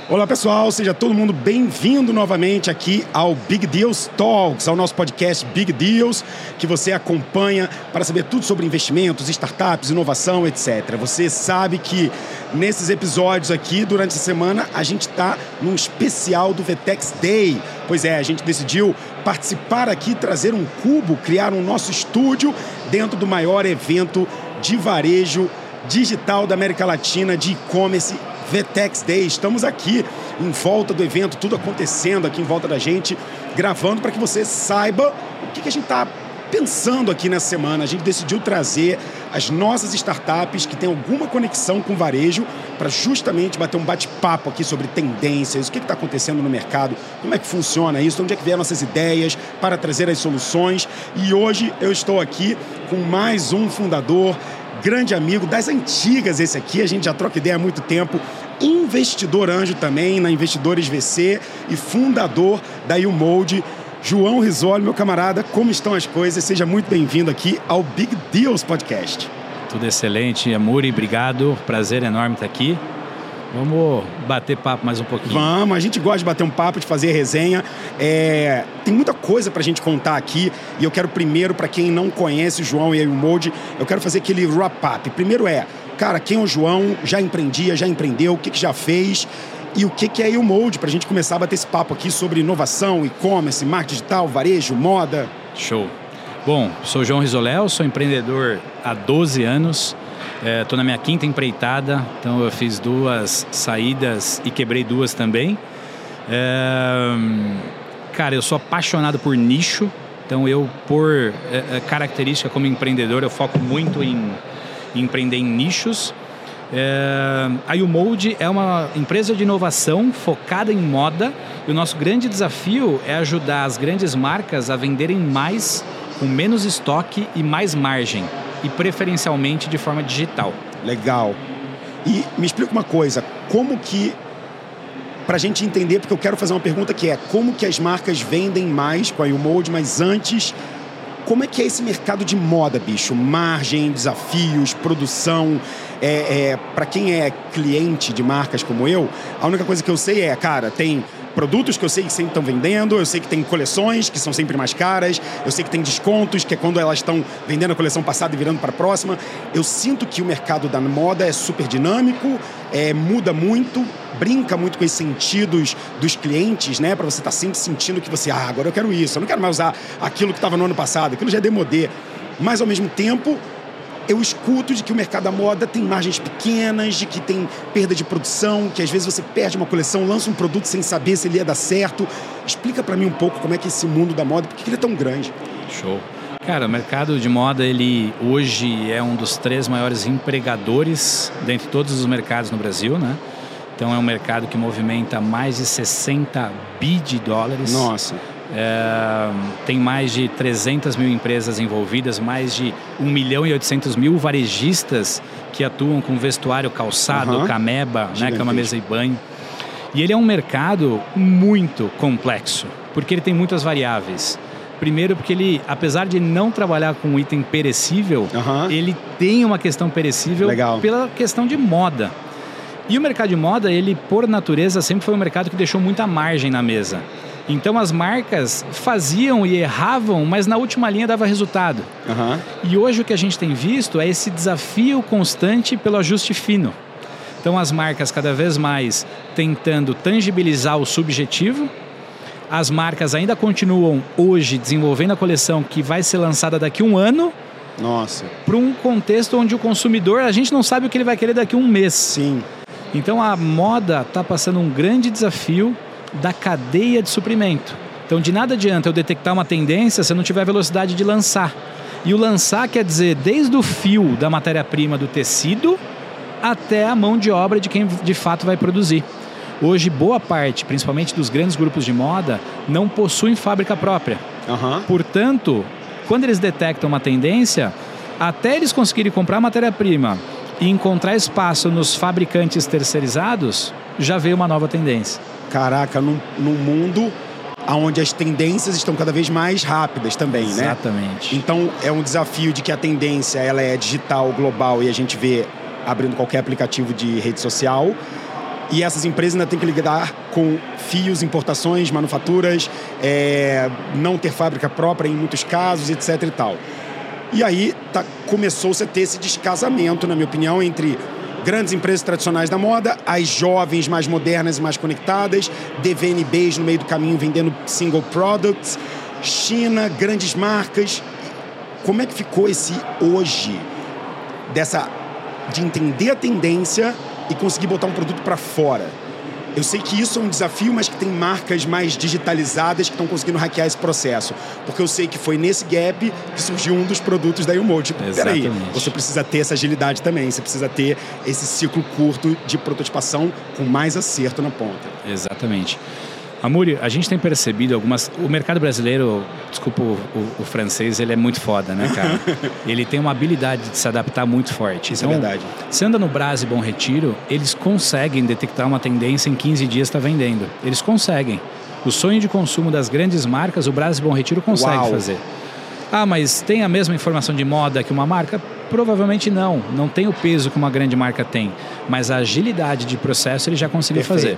Olá pessoal, seja todo mundo bem-vindo novamente aqui ao Big Deals Talks, ao nosso podcast Big Deals, que você acompanha para saber tudo sobre investimentos, startups, inovação, etc. Você sabe que nesses episódios aqui, durante a semana, a gente está num especial do VTEX Day. Pois é, a gente decidiu participar aqui, trazer um cubo, criar um nosso estúdio dentro do maior evento de varejo digital da América Latina, de e-commerce, VTEX Day. Estamos aqui em volta do evento, tudo acontecendo aqui em volta da gente, gravando para que você saiba o que a gente está pensando aqui nessa semana. A gente decidiu trazer as nossas startups que têm alguma conexão com o varejo para justamente bater um bate-papo aqui sobre tendências, o que está acontecendo no mercado, como é que funciona isso, onde é que vieram nossas ideias para trazer as soluções. E hoje eu estou aqui com mais um fundador, grande amigo das antigas, esse aqui, a gente já troca ideia há muito tempo, investidor anjo também, na Investidores VC e fundador da YouMold, João Rizzoli, meu camarada, como estão as coisas? Seja muito bem-vindo aqui ao Big Deals Podcast. Tudo excelente, Amuri, obrigado, prazer enorme estar aqui. Vamos bater papo mais um pouquinho. Vamos, a gente gosta de bater um papo, de fazer resenha. Tem muita coisa pra gente contar aqui e eu quero primeiro, para quem não conhece o João e a YouMold, eu quero fazer aquele wrap-up. Primeiro cara, quem é o João? Já empreendia, já empreendeu? O que já fez? E o que é a YouMold? Pra gente começar a bater esse papo aqui sobre inovação, e-commerce, marketing digital, varejo, moda. Show. Bom, sou o João Rizzoli, sou empreendedor há 12 anos. Estou na minha 5ª empreitada, então eu fiz 2 saídas e quebrei 2 também. Cara, eu sou apaixonado por nicho, então eu, por característica como empreendedor, eu foco muito em empreender em nichos. A YouMold é uma empresa de inovação focada em moda e o nosso grande desafio é ajudar as grandes marcas a venderem mais, com menos estoque e mais margem. E preferencialmente de forma digital. Legal. E me explica uma coisa, como que, pra gente entender, porque eu quero fazer uma pergunta que é, como que as marcas vendem mais com a YouMold, mas antes, como é que é esse mercado de moda, bicho? Margem, desafios, produção. Pra quem é cliente de marcas como eu, a única coisa que eu sei cara, tem produtos que eu sei que sempre estão vendendo, eu sei que tem coleções que são sempre mais caras, eu sei que tem descontos, que é quando elas estão vendendo a coleção passada e virando para a próxima. Eu sinto que o mercado da moda é super dinâmico, muda muito, brinca muito com esses sentidos dos clientes, né? Para você estar sempre sentindo que você, agora eu quero isso, eu não quero mais usar aquilo que estava no ano passado, aquilo já é demodê. Mas, ao mesmo tempo, eu escuto de que o mercado da moda tem margens pequenas, de que tem perda de produção, que às vezes você perde uma coleção, lança um produto sem saber se ele ia dar certo. Explica pra mim um pouco como é que é esse mundo da moda, por que ele é tão grande? Show. Cara, o mercado de moda, ele hoje é um dos 3 maiores empregadores dentre todos os mercados no Brasil, né? Então é um mercado que movimenta mais de 60 bi de dólares. Nossa! Tem mais de 300 mil empresas envolvidas, mais de 1.800.000 varejistas que atuam com vestuário, calçado, cameba, né, cama, mesa e banho. E ele é um mercado muito complexo, porque ele tem muitas variáveis. Primeiro porque ele, apesar de não trabalhar com item perecível, ele tem uma questão perecível. Legal. Pela questão de moda. E o mercado de moda, ele por natureza sempre foi um mercado que deixou muita margem na mesa. Então as marcas faziam e erravam, mas na última linha dava resultado. E hoje o que a gente tem visto é esse desafio constante pelo ajuste fino. Então as marcas cada vez mais tentando tangibilizar o subjetivo. As marcas ainda continuam hoje desenvolvendo a coleção que vai ser lançada daqui a 1 ano. Nossa. Para um contexto onde o consumidor, a gente não sabe o que ele vai querer daqui a 1 mês. Sim. Então a moda está passando um grande desafio da cadeia de suprimento. Então de nada adianta eu detectar uma tendência se eu não tiver velocidade de lançar. E o lançar quer dizer desde o fio da matéria-prima do tecido até a mão de obra de quem de fato vai produzir. Hoje boa parte, principalmente dos grandes grupos de moda, não possuem fábrica própria. Portanto, quando eles detectam uma tendência, até eles conseguirem comprar matéria-prima e encontrar espaço nos fabricantes terceirizados, já veio uma nova tendência. Caraca, num mundo onde as tendências estão cada vez mais rápidas também, né? Exatamente. Então, é um desafio de que a tendência ela é digital, global, e a gente vê abrindo qualquer aplicativo de rede social. E essas empresas ainda têm que lidar com fios, importações, manufaturas, não ter fábrica própria em muitos casos, etc. e tal. E aí começou-se a ter esse descasamento, na minha opinião, entre grandes empresas tradicionais da moda, as jovens mais modernas e mais conectadas, DVNBs no meio do caminho vendendo single products, China, grandes marcas. Como é que ficou esse hoje de entender a tendência e conseguir botar um produto para fora? Eu sei que isso é um desafio, mas que tem marcas mais digitalizadas que estão conseguindo hackear esse processo. Porque eu sei que foi nesse gap que surgiu um dos produtos da YouMold. Tipo, peraí, você precisa ter essa agilidade também, você precisa ter esse ciclo curto de prototipação com mais acerto na ponta. Exatamente. Amuri, a gente tem percebido algumas... O mercado brasileiro, desculpa o francês, ele é muito foda, né, cara? Ele tem uma habilidade de se adaptar muito forte. Isso é verdade. Você anda no Brás e Bom Retiro, eles conseguem detectar uma tendência em 15 dias está vendendo. Eles conseguem. O sonho de consumo das grandes marcas, o Brás e Bom Retiro consegue fazer. Ah, mas tem a mesma informação de moda que uma marca? Provavelmente não. Não tem o peso que uma grande marca tem. Mas a agilidade de processo ele já conseguiu fazer.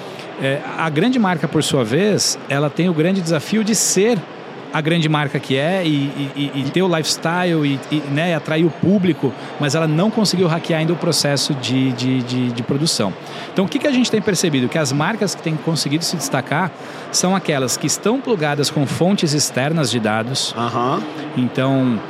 A grande marca, por sua vez, ela tem o grande desafio de ser a grande marca que é e ter o lifestyle né, atrair o público, mas ela não conseguiu hackear ainda o processo de produção. Então, o que a gente tem percebido? Que as marcas que têm conseguido se destacar são aquelas que estão plugadas com fontes externas de dados. Então,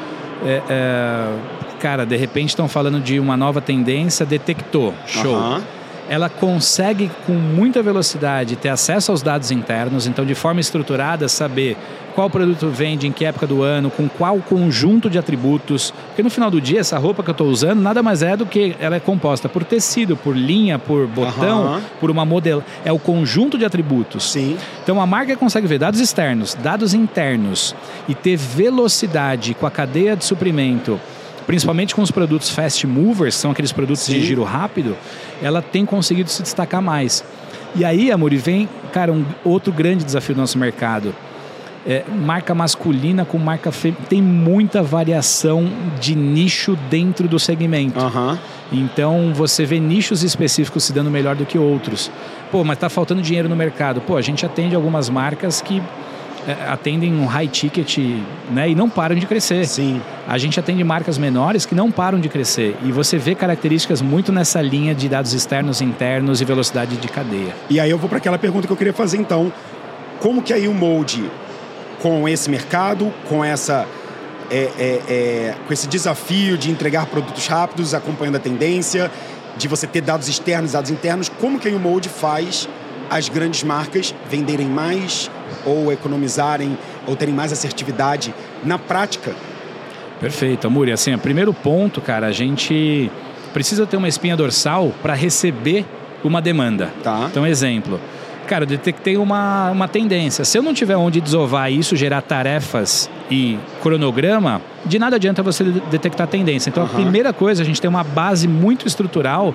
cara, de repente estão falando de uma nova tendência, detectou, show. Ela consegue com muita velocidade ter acesso aos dados internos, então de forma estruturada saber qual produto vende, em que época do ano, com qual conjunto de atributos, porque no final do dia essa roupa que eu estou usando nada mais é do que ela é composta por tecido, por linha, por botão, por uma modelo, é o conjunto de atributos. Sim. Então a marca consegue ver dados externos, dados internos e ter velocidade com a cadeia de suprimento, principalmente com os produtos fast movers, são aqueles produtos de giro rápido, ela tem conseguido se destacar mais. E aí, Amuri, vem, cara, outro grande desafio do nosso mercado. Marca masculina com marca feminina. Tem muita variação de nicho dentro do segmento. Então, você vê nichos específicos se dando melhor do que outros. Pô, mas tá faltando dinheiro no mercado. Pô, a gente atende algumas marcas que atendem um high ticket, né, e não param de crescer. Sim. A gente atende marcas menores que não param de crescer. E você vê características muito nessa linha de dados externos, internos e velocidade de cadeia. E aí eu vou para aquela pergunta que eu queria fazer então. Como que a YouMold, com esse mercado, com essa... com esse desafio de entregar produtos rápidos, acompanhando a tendência, de você ter dados externos, dados internos, como que a YouMold faz as grandes marcas venderem mais ou economizarem ou terem mais assertividade na prática? Perfeito, Amuri. Assim, o primeiro ponto, cara, a gente precisa ter uma espinha dorsal para receber uma demanda. Tá. Então, exemplo, cara, eu detectei uma tendência. Se eu não tiver onde desovar isso, gerar tarefas e cronograma, de nada adianta você detectar a tendência. Então, a primeira coisa, a gente tem uma base muito estrutural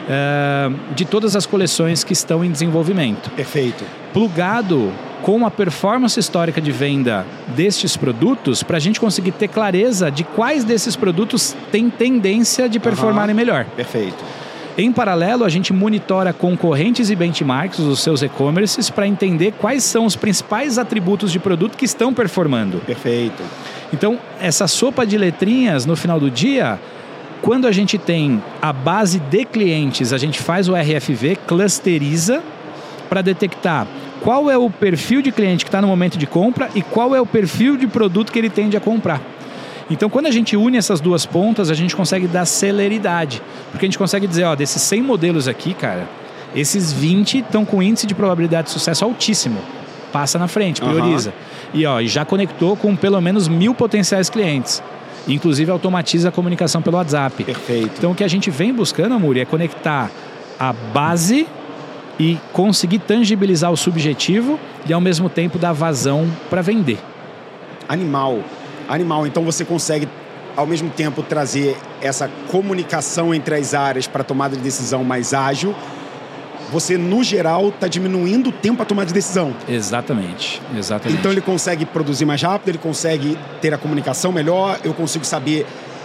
de todas as coleções que estão em desenvolvimento. Perfeito. Plugado com a performance histórica de venda destes produtos, para a gente conseguir ter clareza de quais desses produtos têm tendência de performarem melhor. Perfeito. Em paralelo, a gente monitora concorrentes e benchmarks dos seus e-commerces para entender quais são os principais atributos de produto que estão performando. Perfeito. Então, essa sopa de letrinhas, no final do dia, quando a gente tem a base de clientes, a gente faz o RFV, clusteriza para detectar qual é o perfil de cliente que está no momento de compra e qual é o perfil de produto que ele tende a comprar. Então, quando a gente une essas duas pontas, a gente consegue dar celeridade. Porque a gente consegue dizer, ó, desses 100 modelos aqui, cara, esses 20 estão com índice de probabilidade de sucesso altíssimo. Passa na frente, prioriza. E já conectou com pelo menos 1.000 potenciais clientes. Inclusive, automatiza a comunicação pelo WhatsApp. Perfeito. Então, o que a gente vem buscando, Amuri, é conectar a base e conseguir tangibilizar o subjetivo e, ao mesmo tempo, dar vazão para vender. Animal. Então você consegue, ao mesmo tempo, trazer essa comunicação entre as áreas para tomada de decisão mais ágil. Você, no geral, está diminuindo o tempo para tomar de decisão. Exatamente. Exatamente. Então ele consegue produzir mais rápido, ele consegue ter a comunicação melhor, eu consigo saber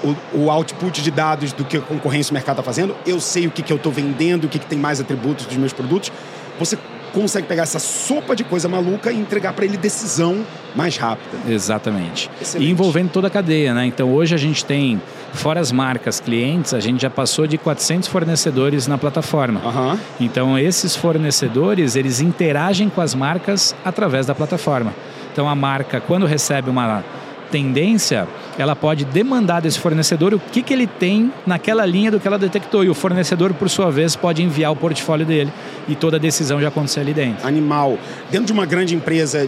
o output de dados do que a concorrência do mercado está fazendo, eu sei o que eu estou vendendo, o que tem mais atributos dos meus produtos. Você consegue pegar essa sopa de coisa maluca e entregar para ele decisão mais rápida. Exatamente. Excelente. E envolvendo toda a cadeia, né? Então hoje a gente tem, fora as marcas clientes, a gente já passou de 400 fornecedores na plataforma. Uhum. Então esses fornecedores, eles interagem com as marcas através da plataforma. Então a marca, quando recebe uma tendência, ela pode demandar desse fornecedor o que ele tem naquela linha do que ela detectou. E o fornecedor, por sua vez, pode enviar o portfólio dele e toda a decisão já acontecer ali dentro. Animal. Dentro de uma grande empresa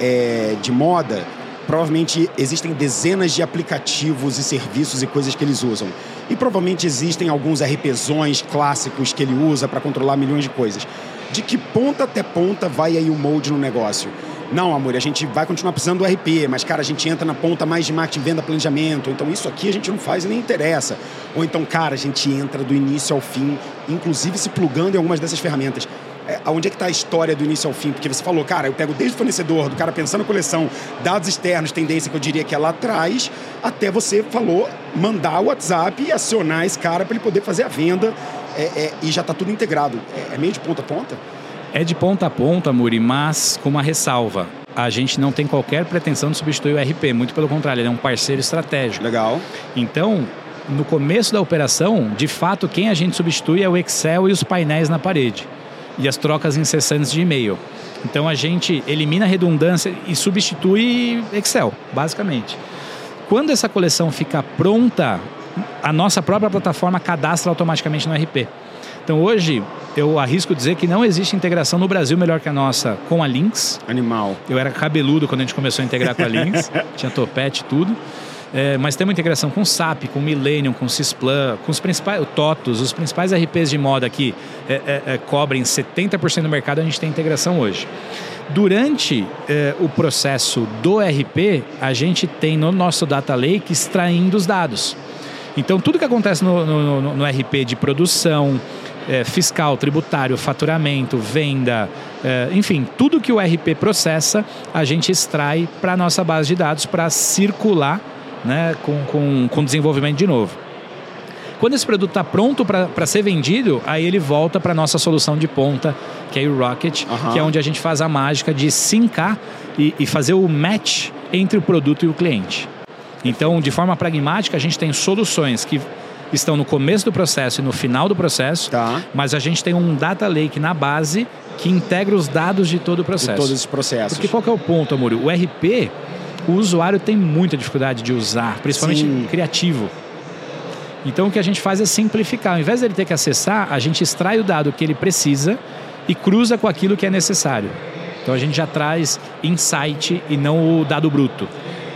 de moda, provavelmente existem dezenas de aplicativos e serviços e coisas que eles usam. E provavelmente existem alguns RPzões clássicos que ele usa para controlar milhões de coisas. De que ponta até ponta vai aí o Mode no negócio? Não, amor, a gente vai continuar precisando do RP, mas, cara, a gente entra na ponta mais de marketing, venda, planejamento. Então, isso aqui a gente não faz e nem interessa. Ou então, cara, a gente entra do início ao fim, inclusive se plugando em algumas dessas ferramentas. Onde é que está a história do início ao fim? Porque você falou, cara, eu pego desde o fornecedor, do cara pensando na coleção, dados externos, tendência que eu diria que é lá atrás, até você falou mandar o WhatsApp e acionar esse cara para ele poder fazer a venda e já está tudo integrado. É meio de ponta a ponta? É de ponta a ponta, Muri, mas com uma ressalva. A gente não tem qualquer pretensão de substituir o RP, muito pelo contrário, ele é um parceiro estratégico. Legal. Então, no começo da operação, de fato, quem a gente substitui é o Excel e os painéis na parede. E as trocas incessantes de e-mail. Então, a gente elimina a redundância e substitui Excel, basicamente. Quando essa coleção fica pronta, a nossa própria plataforma cadastra automaticamente no RP. Então, hoje, eu arrisco dizer que não existe integração no Brasil melhor que a nossa com a Lynx. Animal. Eu era cabeludo quando a gente começou a integrar com a Lynx. Tinha topete, tudo. Mas tem uma integração com o SAP, com o Millennium, com o Sysplan, com os principais, o TOTUS, os principais RPs de moda que cobrem 70% do mercado, a gente tem integração hoje. Durante o processo do RP, a gente tem no nosso Data Lake extraindo os dados. Então, tudo que acontece no RP de produção, fiscal, tributário, faturamento, venda, enfim, tudo que o RP processa, a gente extrai para a nossa base de dados para circular, né, com desenvolvimento de novo. Quando esse produto está pronto para ser vendido, aí ele volta para a nossa solução de ponta, que é o Rocket, que é onde a gente faz a mágica de sincar e fazer o match entre o produto e o cliente. Então, de forma pragmática, a gente tem soluções que estão no começo do processo e no final do processo, mas a gente tem um data lake na base que integra os dados de todo o processo. De todos os processos. Porque qual que é o ponto, Amor? O RP, o usuário tem muita dificuldade de usar, principalmente criativo. Então, o que a gente faz é simplificar. Ao invés dele ter que acessar, a gente extrai o dado que ele precisa e cruza com aquilo que é necessário. Então, a gente já traz insight e não o dado bruto.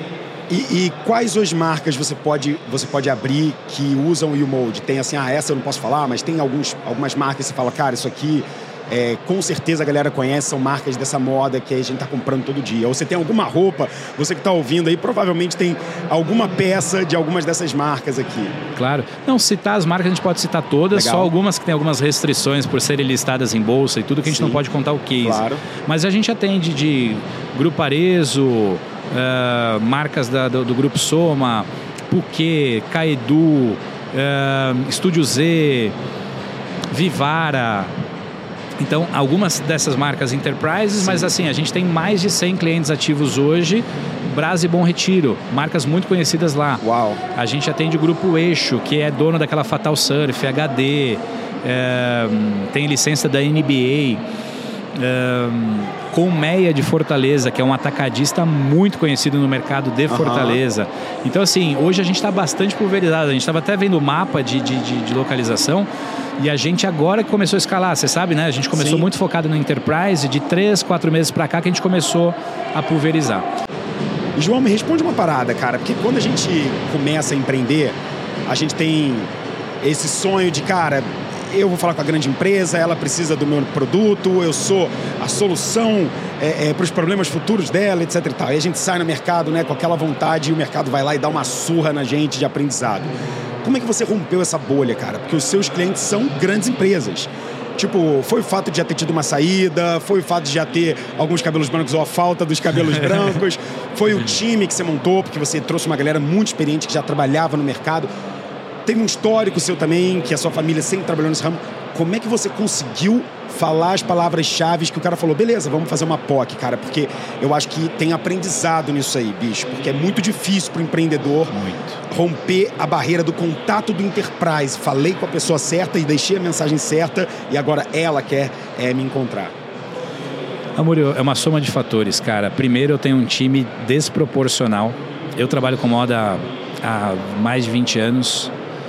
E quais as marcas você pode abrir que usam o YouMode? Tem assim, essa eu não posso falar, mas tem algumas marcas que você fala, cara, isso aqui com certeza a galera conhece, são marcas dessa moda que a gente está comprando todo dia. Ou você tem alguma roupa, você que está ouvindo aí, provavelmente tem alguma peça de algumas dessas marcas aqui. Claro. Não, citar as marcas a gente pode citar todas, só algumas que tem algumas restrições por serem listadas em bolsa e tudo que a gente não pode contar o case. Claro. Mas a gente atende de Grupo Arezzo, marcas do Grupo Soma, Puquê, Caedu, Estúdio Z, Vivara. Então, algumas dessas marcas enterprises, mas assim, a gente tem mais de 100 clientes ativos hoje. Brás e Bom Retiro, marcas muito conhecidas lá. Uau. A gente atende o Grupo Eixo, que é dono daquela Fatal Surf, HD, tem licença da NBA. Colmeia de Fortaleza, que é um atacadista muito conhecido no mercado de Fortaleza. Então, assim, hoje a gente está bastante pulverizado. A gente estava até vendo o mapa de localização e a gente agora que começou a escalar, você sabe, né? A gente começou muito focado no Enterprise, de 3, 4 meses para cá que a gente começou a pulverizar. João, me responde uma parada, cara, porque quando a gente começa a empreender, a gente tem esse sonho de, cara, eu vou falar com a grande empresa, ela precisa do meu produto, eu sou a solução para os problemas futuros dela, etc e tal. Aí a gente sai no mercado, né, com aquela vontade e o mercado vai lá e dá uma surra na gente de aprendizado. Como é que você rompeu essa bolha, cara? Porque os seus clientes são grandes empresas. Tipo, foi o fato de já ter tido uma saída, foi o fato de já ter alguns cabelos brancos ou a falta dos cabelos brancos, foi o time que você montou, porque você trouxe uma galera muito experiente que já trabalhava no mercado. Teve um histórico seu também, que a sua família sempre trabalhou nesse ramo. Como é que você conseguiu falar as palavras-chave que o cara falou, beleza, vamos fazer uma POC, cara? Porque eu acho que tem aprendizado nisso aí, bicho. Porque é muito difícil para o empreendedor romper a barreira do contato do enterprise. Falei com a pessoa certa e deixei a mensagem certa e agora ela quer me encontrar. Amor, é uma soma de fatores, cara. Primeiro, eu tenho um time desproporcional. Eu trabalho com moda há mais de 20 anos.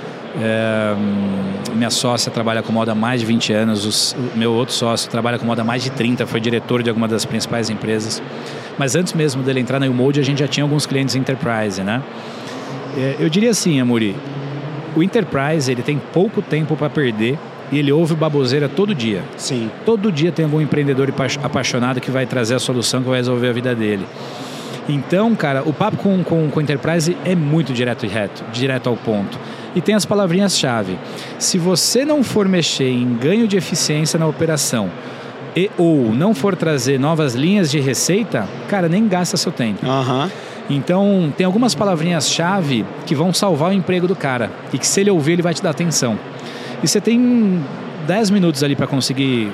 Minha sócia trabalha com moda há mais de 20 anos, o meu outro sócio trabalha com moda há mais de 30, foi diretor de alguma das principais empresas. Mas antes mesmo dele entrar na YouMold, a gente já tinha alguns clientes Enterprise, né? Eu diria assim, Amuri, o Enterprise ele tem pouco tempo para perder e ele ouve baboseira todo dia. Sim. Todo dia tem algum empreendedor apaixonado que vai trazer a solução que vai resolver a vida dele. Então, cara, o papo com o Enterprise é muito direto ao ponto. E tem as palavrinhas-chave. Se você não for mexer em ganho de eficiência na operação ou não for trazer novas linhas de receita, cara, nem gasta seu tempo. Então, tem algumas palavrinhas-chave que vão salvar o emprego do cara. E que se ele ouvir, ele vai te dar atenção. E você tem 10 minutos ali para conseguir...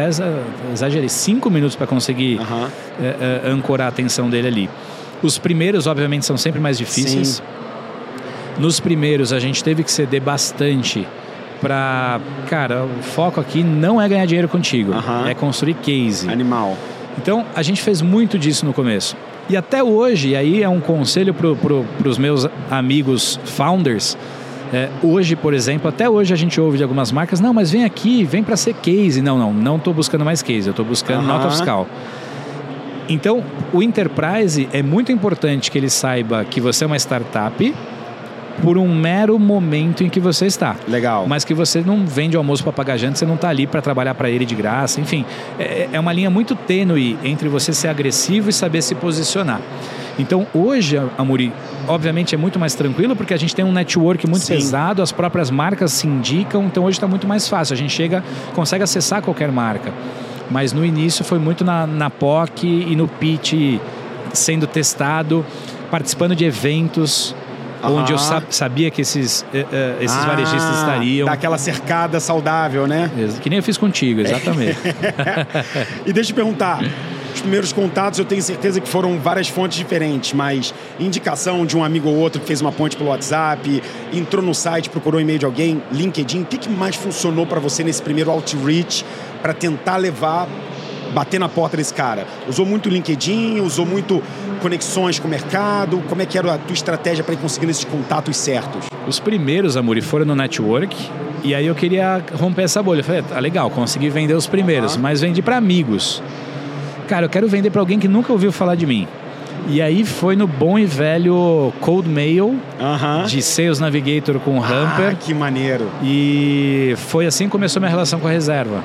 5 minutos para conseguir ancorar a atenção dele ali. Os primeiros, obviamente, são sempre mais difíceis. Sim. Nos primeiros, a gente teve que ceder bastante para... Cara, o foco aqui não é ganhar dinheiro contigo. É construir case. Animal. Então, a gente fez muito disso no começo. E até hoje, e aí é um conselho para os meus amigos founders... hoje, por exemplo, até hoje a gente ouve de algumas marcas, não, mas vem aqui, vem para ser case. Não estou buscando mais case, eu estou buscando nota fiscal. Então, o Enterprise é muito importante que ele saiba que você é uma startup por um mero momento em que você está. Legal. Mas que você não vende almoço para pagar janta, você não está ali para trabalhar para ele de graça. Enfim, é uma linha muito tênue entre você ser agressivo e saber se posicionar. Então, hoje, Amuri, obviamente é muito mais tranquilo, porque a gente tem um network muito pesado, as próprias marcas se indicam, então hoje está muito mais fácil. A gente consegue acessar qualquer marca. Mas no início foi muito na POC e no pitch sendo testado, participando de eventos, onde eu sabia que esses varejistas estariam. Daquela cercada saudável, né? Que nem eu fiz contigo, exatamente. E deixa eu te perguntar, os primeiros contatos eu tenho certeza que foram várias fontes diferentes, mas indicação de um amigo ou outro que fez uma ponte pelo WhatsApp, entrou no site, procurou o e-mail de alguém, LinkedIn, o que mais funcionou para você nesse primeiro outreach para tentar bater na porta desse cara? Usou muito o LinkedIn, usou muito conexões com o mercado? Como é que era a tua estratégia para ir conseguindo esses contatos certos? Os primeiros, Amuri, foram no network, e aí eu queria romper essa bolha. Eu falei, legal, consegui vender os primeiros, mas vendi para amigos. Cara, eu quero vender para alguém que nunca ouviu falar de mim. E aí foi no bom e velho Cold Mail, de Sales Navigator com o Hamper. Que maneiro. E foi assim que começou minha relação com a reserva.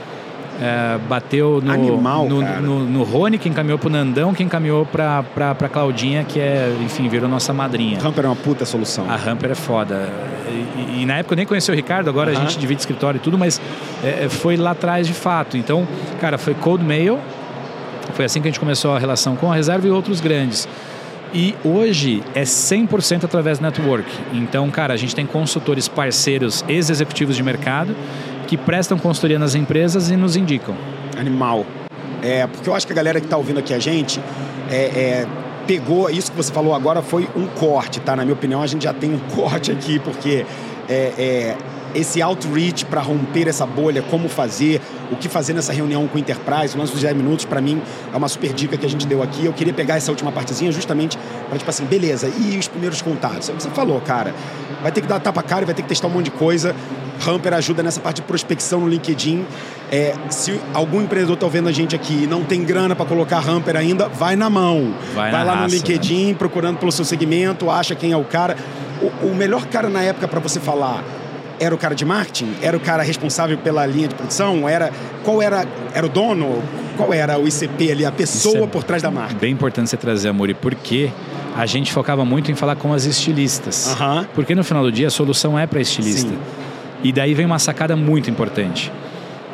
Bateu no Rony, que encaminhou pro Nandão, que encaminhou pra Claudinha, que enfim, virou nossa madrinha. A Hamper é uma puta solução. A Hamper é foda. E na época eu nem conheci o Ricardo, agora a gente divide escritório e tudo, mas foi lá atrás de fato. Então, cara, foi Cold Mail. Foi assim que a gente começou a relação com a reserva e outros grandes. E hoje é 100% através do network. Então, cara, a gente tem consultores parceiros, ex-executivos de mercado, que prestam consultoria nas empresas e nos indicam. Animal. Porque eu acho que a galera que está ouvindo aqui a gente pegou, isso que você falou agora foi um corte, tá? Na minha opinião, a gente já tem um corte aqui, porque esse outreach para romper essa bolha, como fazer, o que fazer nessa reunião com o Enterprise, o lance dos 10 minutos, para mim, é uma super dica que a gente deu aqui. Eu queria pegar essa última partezinha justamente para, tipo assim, beleza, e os primeiros contatos? É o que você falou, cara. Vai ter que dar tapa cara, vai ter que testar um monte de coisa. Hamper ajuda nessa parte de prospecção no LinkedIn. Se algum empreendedor está vendo a gente aqui e não tem grana para colocar Hamper ainda, vai na mão. Vai lá no LinkedIn, né? Procurando pelo seu segmento, acha quem é o cara. O melhor cara na época para você falar era o cara de marketing? Era o cara responsável pela linha de produção? Qual era o dono? Qual era o ICP ali, a pessoa por trás da marca? Bem importante você trazer, Amori, porque a gente focava muito em falar com as estilistas. Porque no final do dia a solução é para estilista. Sim. E daí vem uma sacada muito importante.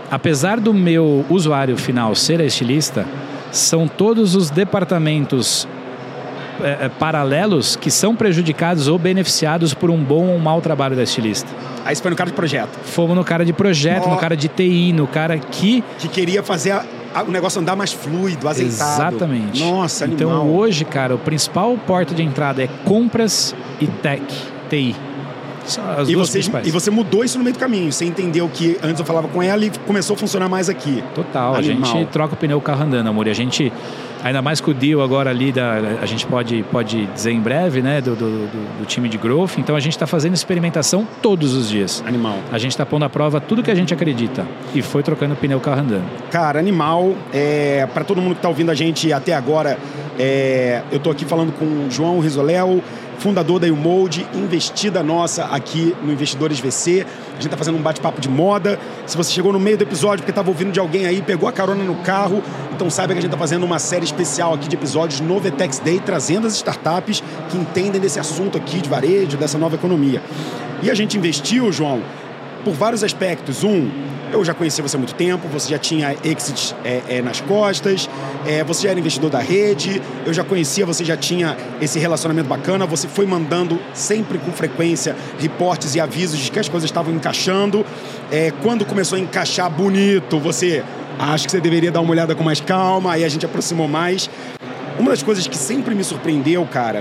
apesar do meu usuário final ser a estilista, são todos os departamentos paralelos que são prejudicados ou beneficiados por um bom ou mau trabalho da estilista. Aí você foi no cara de projeto. Fomos no cara de projeto, no cara de TI, no cara que queria fazer o negócio andar mais fluido, azeitado. Exatamente. Nossa, animal. Então hoje, cara, o principal porta de entrada é compras e TI. As duas principais. E você mudou isso no meio do caminho. Você entendeu que antes eu falava com ela e começou a funcionar mais aqui. Total. Animal. A gente troca o pneu, o carro andando, amor. E a gente, ainda mais com o deal agora ali, a gente pode dizer em breve, né, do time de growth. Então a gente está fazendo experimentação todos os dias. Animal. A gente está pondo à prova tudo que a gente acredita. E foi trocando o pneu, o carro andando. Cara, animal. Para todo mundo que está ouvindo a gente até agora, eu estou aqui falando com o João Risoléu, fundador da YouMold, investida nossa aqui no Investidores VC. A gente está fazendo um bate-papo de moda. Se você chegou no meio do episódio porque estava ouvindo de alguém aí, pegou a carona no carro, então saiba que a gente está fazendo uma série especial aqui de episódios no VTEX Day, trazendo as startups que entendem desse assunto aqui de varejo, dessa nova economia. E a gente investiu, João, por vários aspectos. Eu já conhecia você há muito tempo, você já tinha exits nas costas, você já era investidor da rede, eu já conhecia, você já tinha esse relacionamento bacana, você foi mandando sempre com frequência reportes e avisos de que as coisas estavam encaixando. Quando começou a encaixar bonito, você acha que você deveria dar uma olhada com mais calma, aí a gente aproximou mais. Uma das coisas que sempre me surpreendeu, cara,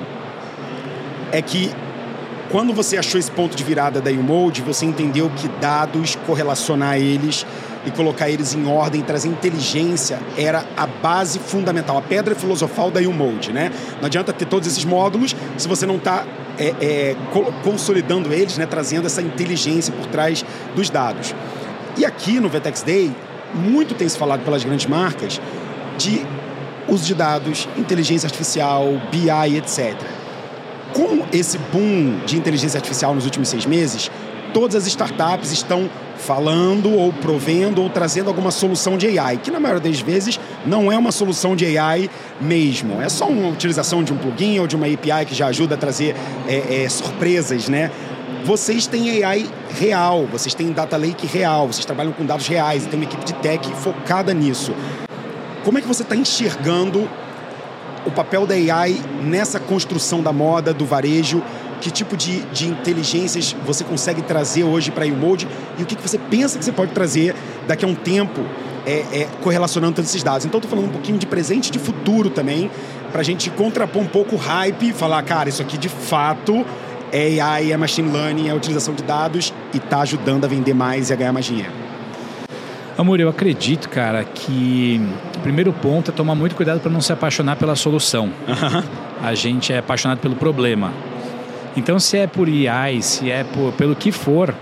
é que quando você achou esse ponto de virada da YouMold, você entendeu que dados, correlacionar eles e colocar eles em ordem, trazer inteligência, era a base fundamental, a pedra filosofal da YouMold, né? Não adianta ter todos esses módulos se você não está consolidando eles, né? Trazendo essa inteligência por trás dos dados. E aqui no VTEX Day, muito tem se falado pelas grandes marcas de uso de dados, inteligência artificial, BI, etc. Com esse boom de inteligência artificial nos últimos 6 meses, todas as startups estão falando ou provendo ou trazendo alguma solução de AI, que na maioria das vezes não é uma solução de AI mesmo. É só uma utilização de um plugin ou de uma API que já ajuda a trazer surpresas, né? Vocês têm AI real, vocês têm data lake real, vocês trabalham com dados reais, tem uma equipe de tech focada nisso. Como é que você está enxergando o papel da AI nessa construção da moda, do varejo? Que tipo de inteligências você consegue trazer hoje para a YouMold e o que você pensa que você pode trazer daqui a um tempo correlacionando todos esses dados? Então, estou falando um pouquinho de presente e de futuro também, para a gente contrapor um pouco o hype e falar, cara, isso aqui de fato é AI, é machine learning, é a utilização de dados e está ajudando a vender mais e a ganhar mais dinheiro. Amor, eu acredito, cara, que o primeiro ponto é tomar muito cuidado para não se apaixonar pela solução. A gente é apaixonado pelo problema. Então, se é por AI, se é pelo que for,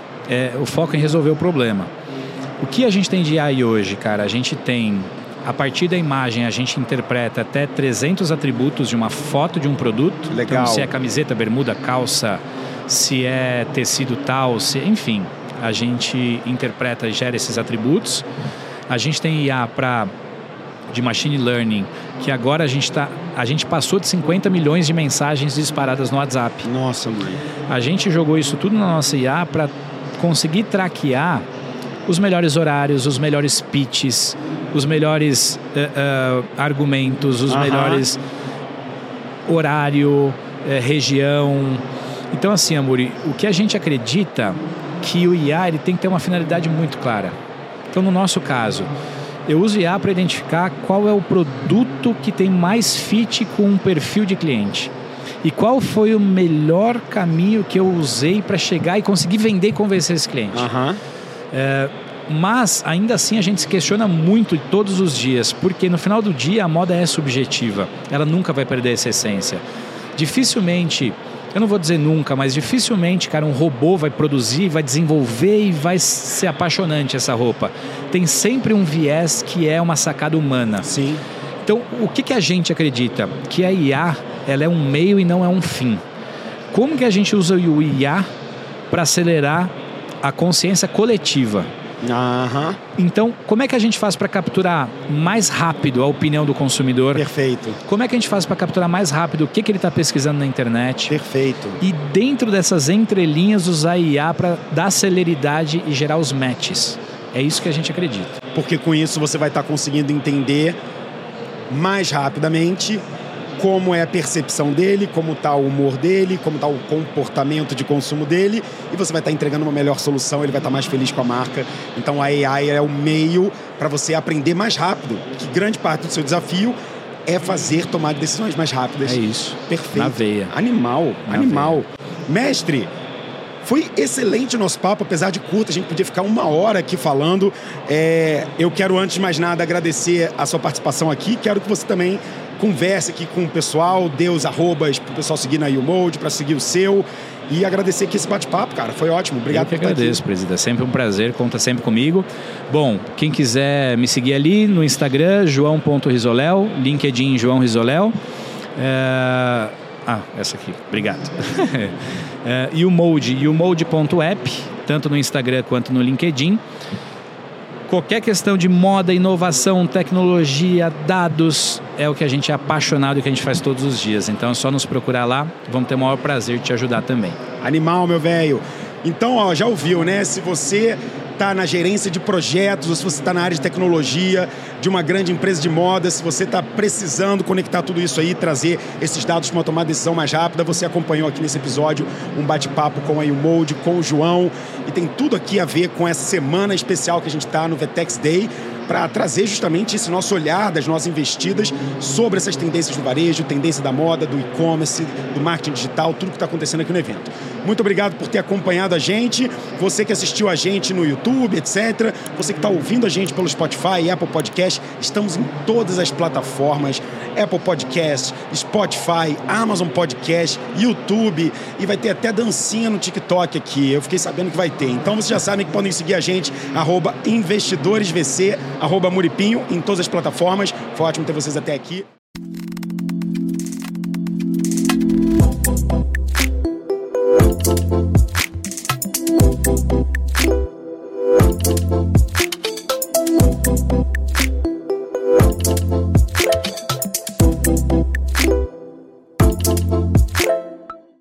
o foco é em resolver o problema. O que a gente tem de AI hoje, cara? A gente tem, a partir da imagem, a gente interpreta até 300 atributos de uma foto de um produto. Legal. Então, se é camiseta, bermuda, calça, se é tecido tal, enfim, a gente interpreta e gera esses atributos. A gente tem IA de machine learning, que agora a gente passou de 50 milhões de mensagens disparadas no WhatsApp. Nossa, mãe. A gente jogou isso tudo na nossa IA para conseguir traquear os melhores horários, os melhores pitches, os melhores argumentos, os melhores horário, região. Então, assim, Amuri, o que a gente acredita que o IA ele tem que ter uma finalidade muito clara. Então, no nosso caso, eu uso IA para identificar qual é o produto que tem mais fit com um perfil de cliente. E qual foi o melhor caminho que eu usei para chegar e conseguir vender e convencer esse cliente. Mas, ainda assim, a gente se questiona muito todos os dias, porque no final do dia a moda é subjetiva. Ela nunca vai perder essa essência. Dificilmente, eu não vou dizer nunca, mas dificilmente, cara, um robô vai produzir, vai desenvolver e vai ser apaixonante essa roupa. Tem sempre um viés que é uma sacada humana. Sim. Então, o que a gente acredita? Que a IA, ela é um meio e não é um fim. Como que a gente usa o IA para acelerar a consciência coletiva? Então, como é que a gente faz para capturar mais rápido a opinião do consumidor? Perfeito. Como é que a gente faz para capturar mais rápido o que ele está pesquisando na internet? Perfeito. E dentro dessas entrelinhas usar IA para dar celeridade e gerar os matches. É isso que a gente acredita. Porque com isso você vai estar conseguindo entender mais rapidamente como é a percepção dele, como está o humor dele, como está o comportamento de consumo dele, e você vai estar entregando uma melhor solução, ele vai estar mais feliz com a marca. Então a AI é o meio para você aprender mais rápido, que grande parte do seu desafio é fazer tomar decisões mais rápidas. É isso. Perfeito. Na veia. Animal. Na veia. Mestre, foi excelente o nosso papo, apesar de curto, a gente podia ficar 1 hora aqui falando. Eu quero, antes de mais nada, agradecer a sua participação aqui. Quero que você também converse aqui com o pessoal, dê os arrobas para o pessoal seguir na YouMode, para seguir o seu. E agradecer aqui esse bate-papo, cara. Foi ótimo. Obrigado por estar aqui. Eu que agradeço, presidente. É sempre um prazer. Conta sempre comigo. Bom, quem quiser me seguir ali no Instagram, joão.risoléu, LinkedIn, João Risoléu. Essa aqui. Obrigado. YouMode.app, tanto no Instagram quanto no LinkedIn. Qualquer questão de moda, inovação, tecnologia, dados, é o que a gente é apaixonado e que a gente faz todos os dias. Então é só nos procurar lá, vamos ter o maior prazer de te ajudar também. Animal, meu velho. Então, já ouviu, né? Se você está na gerência de projetos, ou se você está na área de tecnologia, de uma grande empresa de moda, se você está precisando conectar tudo isso aí, trazer esses dados para uma tomada de decisão mais rápida, você acompanhou aqui nesse episódio um bate-papo com a YouMode, com o João, e tem tudo aqui a ver com essa semana especial que a gente está no VTEX Day, para trazer justamente esse nosso olhar das nossas investidas sobre essas tendências do varejo, tendência da moda, do e-commerce, do marketing digital, tudo que está acontecendo aqui no evento. Muito obrigado por ter acompanhado a gente, você que assistiu a gente no YouTube, etc. Você que está ouvindo a gente pelo Spotify, Apple Podcast, estamos em todas as plataformas, Apple Podcast, Spotify, Amazon Podcast, YouTube, e vai ter até dancinha no TikTok aqui, eu fiquei sabendo que vai ter. Então vocês já sabem que podem seguir a gente, @investidoresvc, @Muripinho, em todas as plataformas. Foi ótimo ter vocês até aqui.